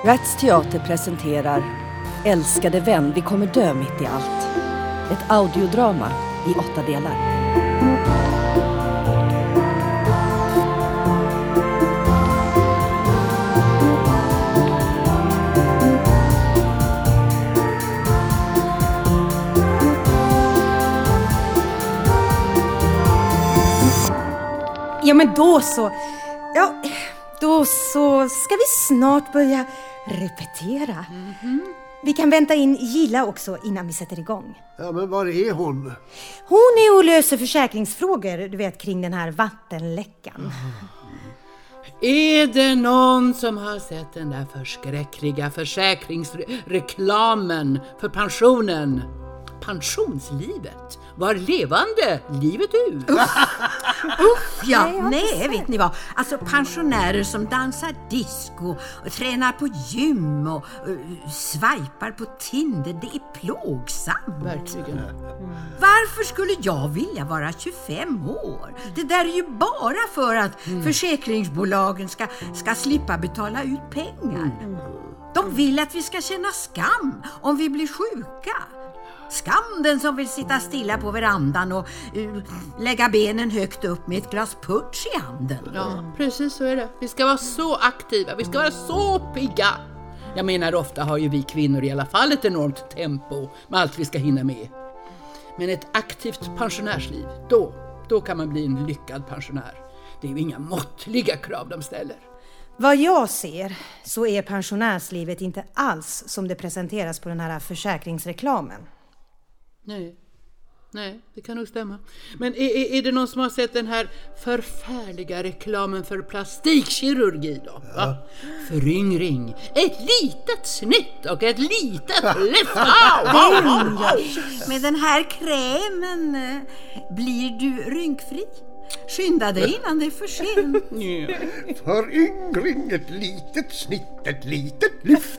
Rats Teater presenterar Älskade vän, vi kommer dö mitt i allt. Ett audiodrama i 8 delar. Ja, men då så. Ja, då så ska vi snart börja repetera. Vi kan vänta in Gilla också innan vi sätter igång. Ja, men var är hon? Hon är och löser försäkringsfrågor, du vet, kring den här vattenläckan. Är det någon som har sett den där förskräckliga försäkringsreklamen för pensionen? Pensionslivet var levande livet ut. Nej, vet ni vad? Alltså pensionärer som dansar disco och tränar på gym och swipar på Tinder, det är plågsamt. Verkligen. Varför skulle jag vilja vara 25 år? Det där är ju bara för att försäkringsbolagen ska slippa betala ut pengar. De vill att vi ska känna skam om vi blir sjuka. Skam den som vill sitta stilla på verandan och lägga benen högt upp med ett glas punch i handen. Ja, precis så är det. Vi ska vara så aktiva, vi ska vara så pigga. Jag menar, ofta har ju vi kvinnor i alla fall ett enormt tempo med allt vi ska hinna med. Men ett aktivt pensionärsliv, då kan man bli en lyckad pensionär. Det är ju inga måttliga krav de ställer. Vad jag ser så är pensionärslivet inte alls som det presenteras på den här försäkringsreklamen. Nej, det kan nog stämma. Men är det någon som har sett den här förfärliga reklamen för plastikkirurgi då? Ja. Föryngring, ett litet snitt och ett litet lyft. Med den här krämen blir du rynkfri. Skynda dig innan det är för sent. Föryngring, ett litet snitt, ett litet lyft.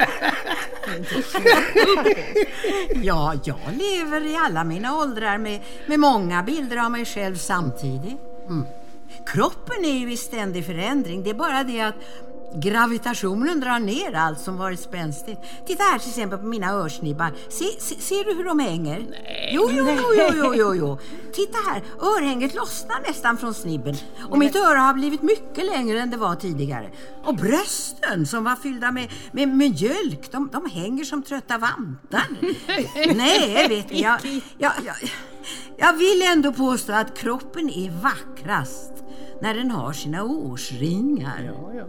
Ja, jag lever i alla mina åldrar med många bilder av mig själv samtidigt. Kroppen är ju i ständig förändring. Det är bara det att gravitationen drar ner allt som varit spänstigt. Titta här till exempel på mina örsnibbar. Ser du hur de hänger? Nej. Jo. Titta här, örhänget lossnar nästan från snibben. Och mitt öra har blivit mycket längre än det var tidigare. Och brösten som var fyllda med mjölk, de hänger som trötta vantar. Nej, vet ni, jag vill ändå påstå att kroppen är vackrast när den har sina årsringar. Ja.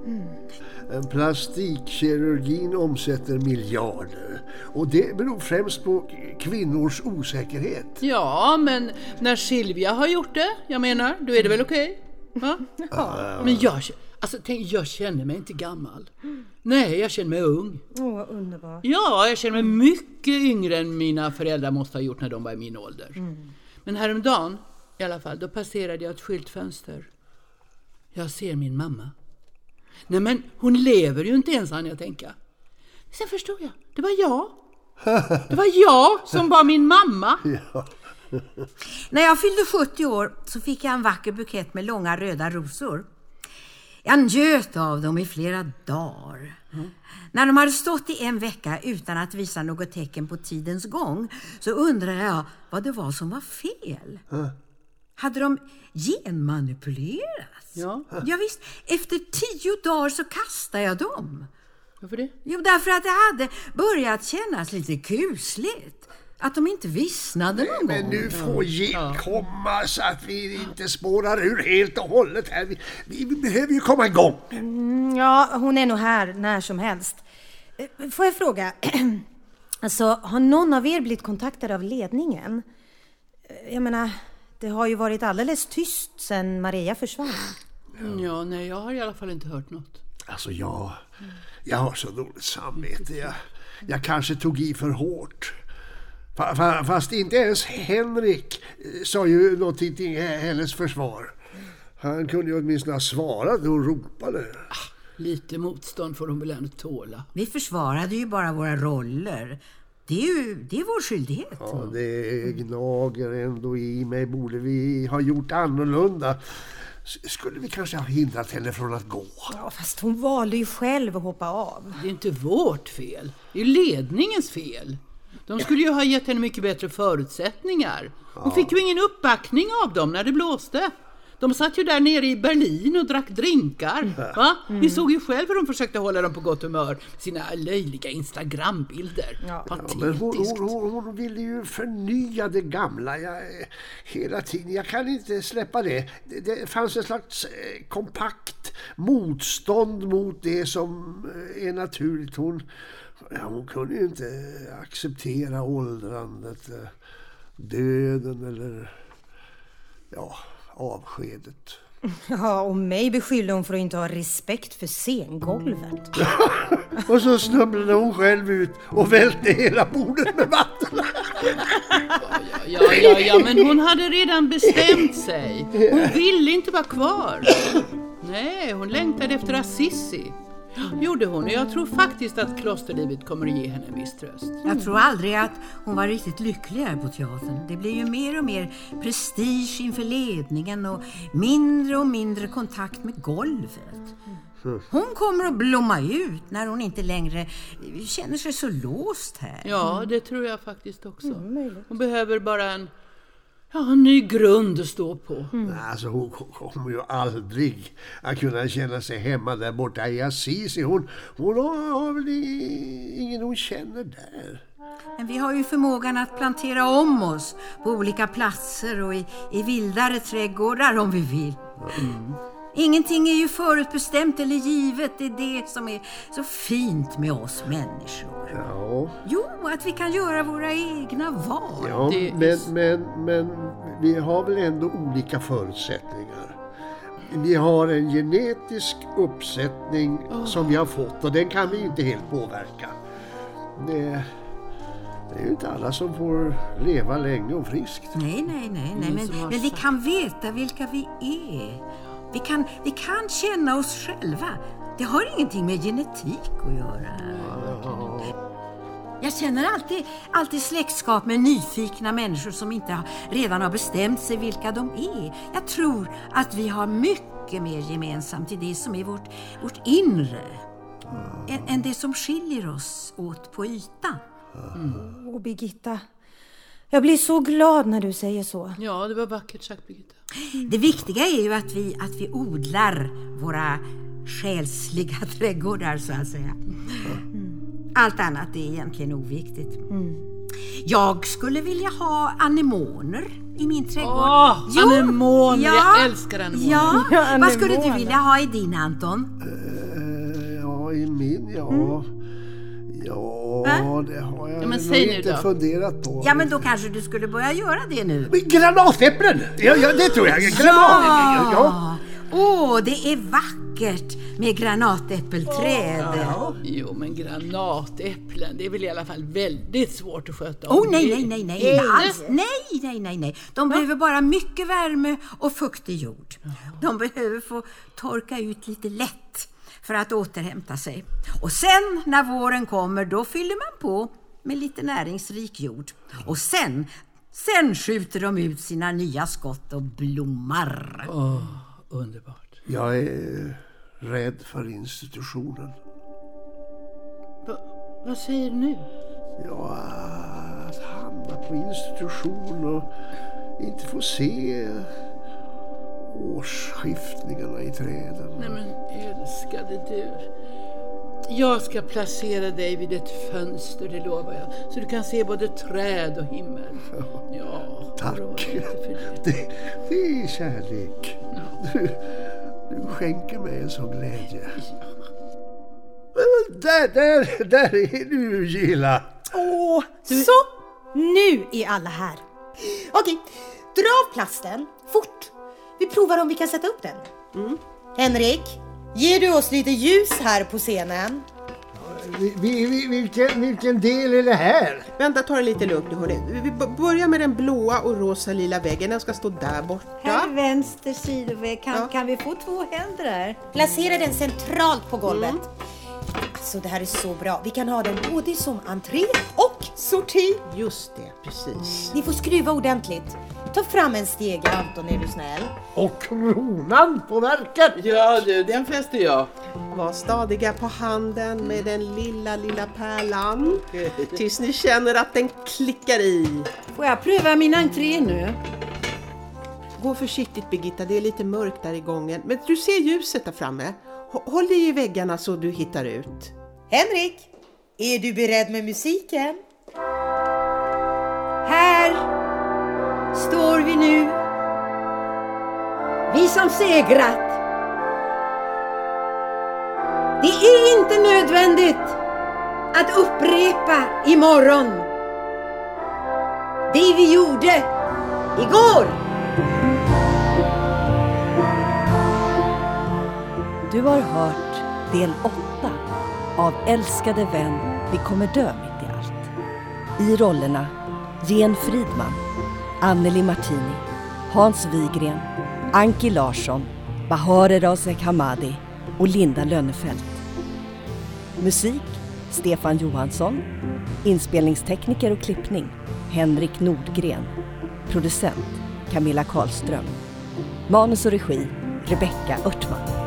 Plastikkirurgin omsätter miljarder. Och det beror främst på kvinnors osäkerhet. Ja, men när Silvia har gjort det, jag menar, då är det väl okej? Va? Men jag känner mig inte gammal. Nej, jag känner mig ung. Underbart. Ja, jag känner mig mycket yngre än mina föräldrar måste ha gjort när de var i min ålder. Men häromdagen, i alla fall, då passerade jag ett skyltfönster. Jag ser min mamma. Nej, men hon lever ju inte ens, hann jag tänka. Sen förstod jag, det var jag. Det var jag som var min mamma. Ja. När jag fyllde 70 år så fick jag en vacker bukett med långa röda rosor. Jag njöt av dem i flera dagar. När de hade stått i en vecka utan att visa något tecken på tidens gång så undrade jag vad det var som var fel. Hade de genmanipulerats? Ja. Ja visst, efter 10 dagar så kastade jag dem. Varför det? Jo, därför att det hade börjat kännas lite kusligt. Att de inte vissnade någon gång. Men nu får Jill komma så att vi inte spårar ur helt och hållet här. Vi behöver ju komma igång. Ja, hon är nog här när som helst. Får jag fråga, alltså, har någon av er blivit kontaktad av ledningen? Jag menar, det har ju varit alldeles tyst sedan Maria försvann. Ja, nej, jag har i alla fall inte hört något. Alltså jag har så dåligt samvete. Jag kanske tog i för hårt. Fast inte ens Henrik sa ju någonting till hennes försvar. Han kunde ju åtminstone ha svarat och ropade. Lite motstånd får de väl ändå tåla. Vi försvarade ju bara våra roller. Det är vår skyldighet. Ja, det gnager ändå i mig. Borde vi ha gjort annorlunda? skulle vi kanske ha hindrat henne från att gå. Ja, fast hon valde ju själv att hoppa av. Det är inte vårt fel. Det är ledningens fel. De skulle ju ha gett henne mycket bättre förutsättningar. Hon fick ju ingen uppbackning av dem när det blåste. De satt ju där nere i Berlin och drack drinkar. Va? Ni såg ju själv hur de försökte hålla dem på gott humör. Sina löjliga Instagrambilder. Ja, men hon ville ju förnya det gamla hela tiden. Jag kan inte släppa det. Det fanns en slags kompakt motstånd mot det som är naturligt. Hon kunde ju inte acceptera åldrandet, döden eller avskedet. Ja, och mig beskyllde hon för att inte ha respekt för scengolvet. Och så snubblade hon själv ut och välte hela bordet med vatten. Ja, men hon hade redan bestämt sig. Hon ville inte vara kvar. Nej, hon längtade efter Assisi. Gjorde hon, och jag tror faktiskt att klosterlivet kommer att ge henne en viss tröst. Jag tror aldrig att hon var riktigt lycklig här på teatern. Det blir ju mer och mer prestige inför ledningen och mindre kontakt med golvet. Hon kommer att blomma ut när hon inte längre känner sig så låst här. Ja, det tror jag faktiskt också. Hon behöver bara en ny grund att stå på. Alltså hon kommer ju aldrig att kunna känna sig hemma där borta i Assisi. Hon har väl ingen hon känner där. Men vi har ju förmågan att plantera om oss på olika platser och i vildare trädgårdar om vi vill. Ingenting är ju förutbestämt eller givet. Det är det som är så fint med oss människor. Ja. Jo, att vi kan göra våra egna val. Ja, men vi har väl ändå olika förutsättningar. Vi har en genetisk uppsättning som vi har fått, och den kan vi inte helt påverka. Det är ju inte alla som får leva länge och friskt. Nej. Men vi kan veta vilka vi är. Vi kan känna oss själva. Det har ingenting med genetik att göra. Jag känner alltid släktskap med nyfikna människor som inte redan har bestämt sig vilka de är. Jag tror att vi har mycket mer gemensamt i det som är vårt inre än det som skiljer oss åt på ytan. Åh, Birgitta. Jag blir så glad när du säger så. Ja, det var vackert sagt, Birgitta. Det viktiga är ju att vi odlar våra själsliga trädgårdar, så att säga. Allt annat är egentligen oviktigt. Jag skulle vilja ha anemoner i min trädgård. Anemoner! Jag älskar anemoner. Ja. Vad skulle du vilja ha i din, Anton? I min, det har jag nog inte funderat på. Ja, men då kanske du skulle börja göra det nu. Men granatäpplen! Ja, det tror jag. Det är vackert med granatäppelträd. Jo, men granatäpplen, det är väl i alla fall väldigt svårt att sköta om. Nej. De behöver bara mycket värme och fuktig jord. De behöver få torka ut lite lätt för att återhämta sig. Och sen när våren kommer, då fyller man på med lite näringsrik jord. Och sen skjuter de ut sina nya skott och blommar. Underbart. Jag är rädd för institutionen. Vad säger du nu? Ja, att hamna på institution och inte få se årsskiftningarna i träden. Nej, men älskade du. Jag ska placera dig vid ett fönster, det lovar jag. Så du kan se både träd och himmel. Ja, tack. Det är kärlek. Ja. Du skänker mig en sån glädje. Där är du, Gilla. Så, nu är alla här. Okej, dra av plasten, fort. Vi provar om vi kan sätta upp den. Henrik, ger du oss lite ljus här på scenen? Vilken del är det här? Vänta, ta det lite lugnt nu, hörni. Vi börjar med den blåa och rosa lila väggen. Den ska stå där borta. Här vänster sidovägg. Kan vi få 2 händer där? Placera den centralt på golvet. Alltså det här är så bra. Vi kan ha den både som entré och sorti. Just det, precis. Ni får skruva ordentligt. Ta fram en stege, Anton, är du snäll. Och kronan på verket. Ja du, den fäster jag. Var stadiga på handen med den lilla pärlan. Tills ni känner att den klickar i. Får jag pröva min entré nu? Gå försiktigt, Birgitta, det är lite mörkt där i gången. Men du ser ljuset där framme. Håll dig i väggarna så du hittar ut. Henrik, är du beredd med musiken? Här står vi nu. Vi som segrat. Det är inte nödvändigt att upprepa imorgon det vi gjorde igår. Du har hört del 8 av Älskade vän, vi kommer dö mitt i allt. I rollerna Jen Fridman, Anneli Martini, Hans Wigren, Anki Larsson, Bahare Razek Hamadi och Linda Lönnefelt. Musik Stefan Johansson. Inspelningstekniker och klippning Henrik Nordgren. Producent Camilla Karlström. Manus och regi Rebecca Örtman.